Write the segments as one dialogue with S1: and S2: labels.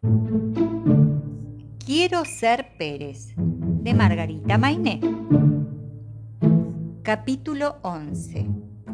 S1: Quiero ser Pérez, de Margarita Mainé. Capítulo 11.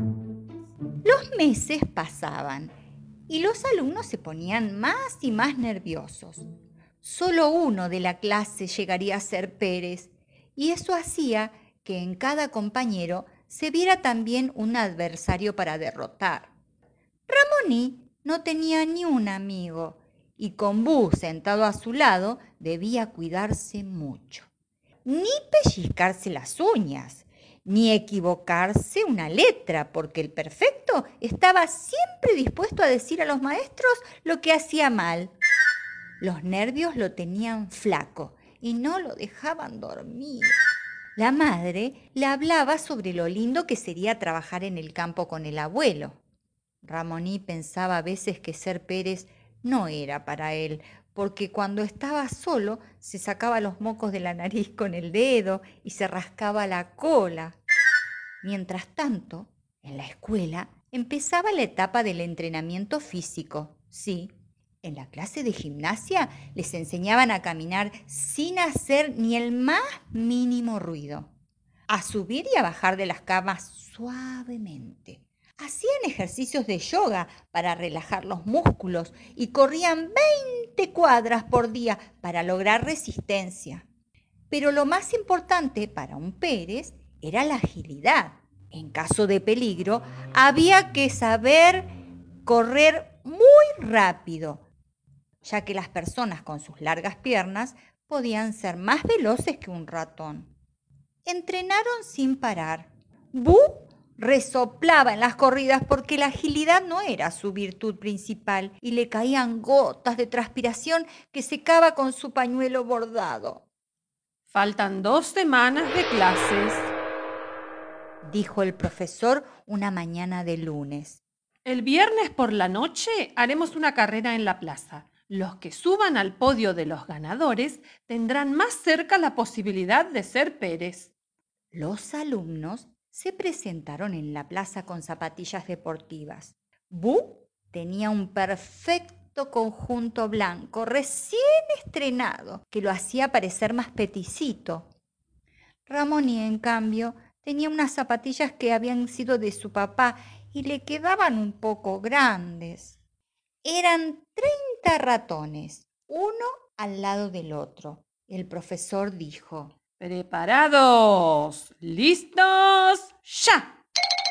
S1: Los meses pasaban y los alumnos se ponían más y más nerviosos. Solo uno de la clase llegaría a ser Pérez, y eso hacía que en cada compañero se viera también un adversario para derrotar. Ramoní no tenía ni un amigo, y con Bu sentado a su lado debía cuidarse mucho. Ni pellizcarse las uñas, ni equivocarse una letra, porque el perfecto estaba siempre dispuesto a decir a los maestros lo que hacía mal. Los nervios lo tenían flaco y no lo dejaban dormir. La madre le hablaba sobre lo lindo que sería trabajar en el campo con el abuelo. Ramoní pensaba a veces que ser Pérez no era para él, porque cuando estaba solo se sacaba los mocos de la nariz con el dedo y se rascaba la cola. Mientras tanto, en la escuela empezaba la etapa del entrenamiento físico. Sí, en la clase de gimnasia les enseñaban a caminar sin hacer ni el más mínimo ruido, a subir y a bajar de las camas suavemente. Hacían ejercicios de yoga para relajar los músculos y corrían 20 cuadras por día para lograr resistencia. Pero lo más importante para un Pérez era la agilidad. En caso de peligro, había que saber correr muy rápido, ya que las personas con sus largas piernas podían ser más veloces que un ratón. Entrenaron sin parar. Bu resoplaba en las corridas porque la agilidad no era su virtud principal y le caían gotas de transpiración que secaba con su pañuelo bordado.
S2: Faltan 2 semanas de clases.
S1: Dijo el profesor una mañana de lunes.
S2: El viernes por la noche haremos una carrera en la plaza. Los que suban al podio de los ganadores tendrán más cerca la posibilidad de ser Pérez.
S1: Los alumnos se presentaron en la plaza con zapatillas deportivas. Bu tenía un perfecto conjunto blanco recién estrenado que lo hacía parecer más peticito. Ramón, en cambio, tenía unas zapatillas que habían sido de su papá y le quedaban un poco grandes. Eran 30 ratones, uno al lado del otro. El profesor dijo:
S2: ¿Preparados? ¿Listos? ¡Ya!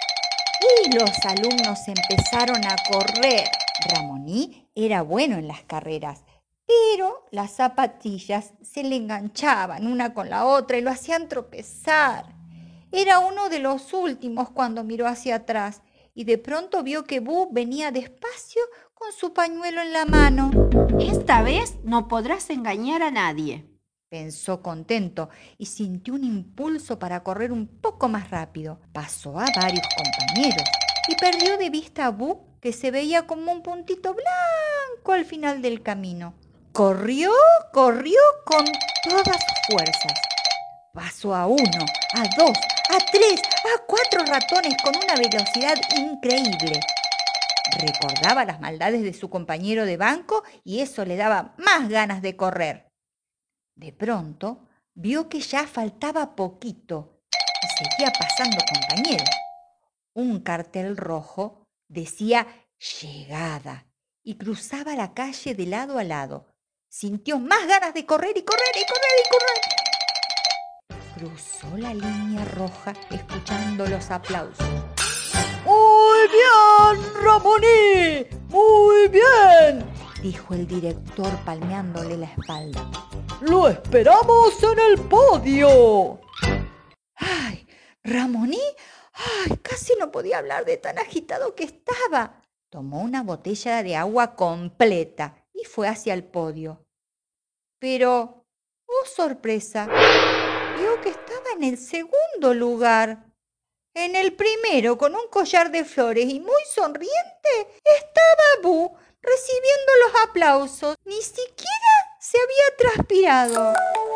S1: y los alumnos empezaron a correr. Ramoní era bueno en las carreras, pero las zapatillas se le enganchaban una con la otra y lo hacían tropezar. Era uno de los últimos cuando miró hacia atrás y de pronto vio que Bu venía despacio con su pañuelo en la mano.
S3: Esta vez no podrás engañar a nadie.
S1: Pensó contento y sintió un impulso para correr un poco más rápido. Pasó a varios compañeros y perdió de vista a Bu, que se veía como un puntito blanco al final del camino. Corrió con todas sus fuerzas. Pasó a uno, a dos, a tres, a cuatro ratones con una velocidad increíble. Recordaba las maldades de su compañero de banco y eso le daba más ganas de correr. De pronto vio que ya faltaba poquito y seguía pasando compañeros. Un cartel rojo decía llegada y cruzaba la calle de lado a lado. Sintió más ganas de correr y correr y correr y correr. Cruzó la línea roja escuchando los aplausos. ¡Muy bien, Ramoní! ¡Muy bien!, dijo el director palmeándole la espalda. ¡Lo esperamos en el podio! ¡Ay, Ramoní! ¡Ay, casi no podía hablar de tan agitado que estaba! Tomó una botella de agua completa y fue hacia el podio. Pero, oh sorpresa, vio que estaba en el segundo lugar. En el primero, con un collar de flores y muy sonriente, estaba Bu recibiendo los aplausos. Ni siquiera se había transpirado.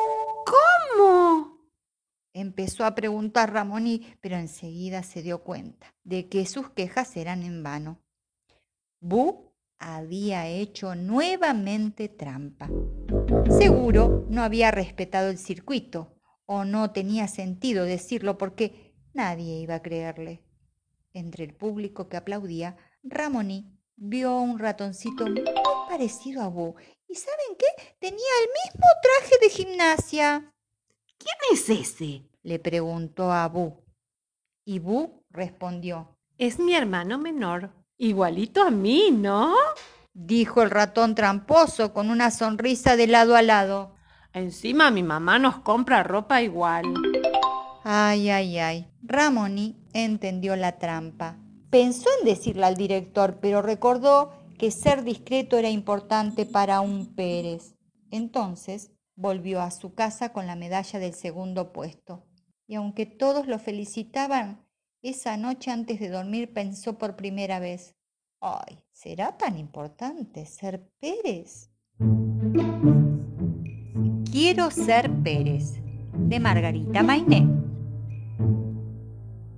S3: ¿Cómo?
S1: Empezó a preguntar Ramoní, pero enseguida se dio cuenta de que sus quejas eran en vano. Bu había hecho nuevamente trampa. Seguro no había respetado el circuito, o no tenía sentido decirlo porque nadie iba a creerle. Entre el público que aplaudía, Ramoni vio un ratoncito muy parecido a Boo. ¿Y saben qué? Tenía el mismo traje de gimnasia.
S3: ¿Quién es ese?
S1: Le preguntó a Boo. Y Boo respondió.
S2: Es mi hermano menor, igualito a mí, ¿no?
S1: Dijo el ratón tramposo con una sonrisa de lado a lado.
S2: Encima mi mamá nos compra ropa igual.
S1: Ay, ay, ay. Ramoni entendió la trampa. Pensó en decirle al director, pero recordó que ser discreto era importante para un Pérez. Entonces volvió a su casa con la medalla del segundo puesto. Y aunque todos lo felicitaban, esa noche antes de dormir pensó por primera vez, ay, ¿será tan importante ser Pérez? Quiero ser Pérez, de Margarita Mainé.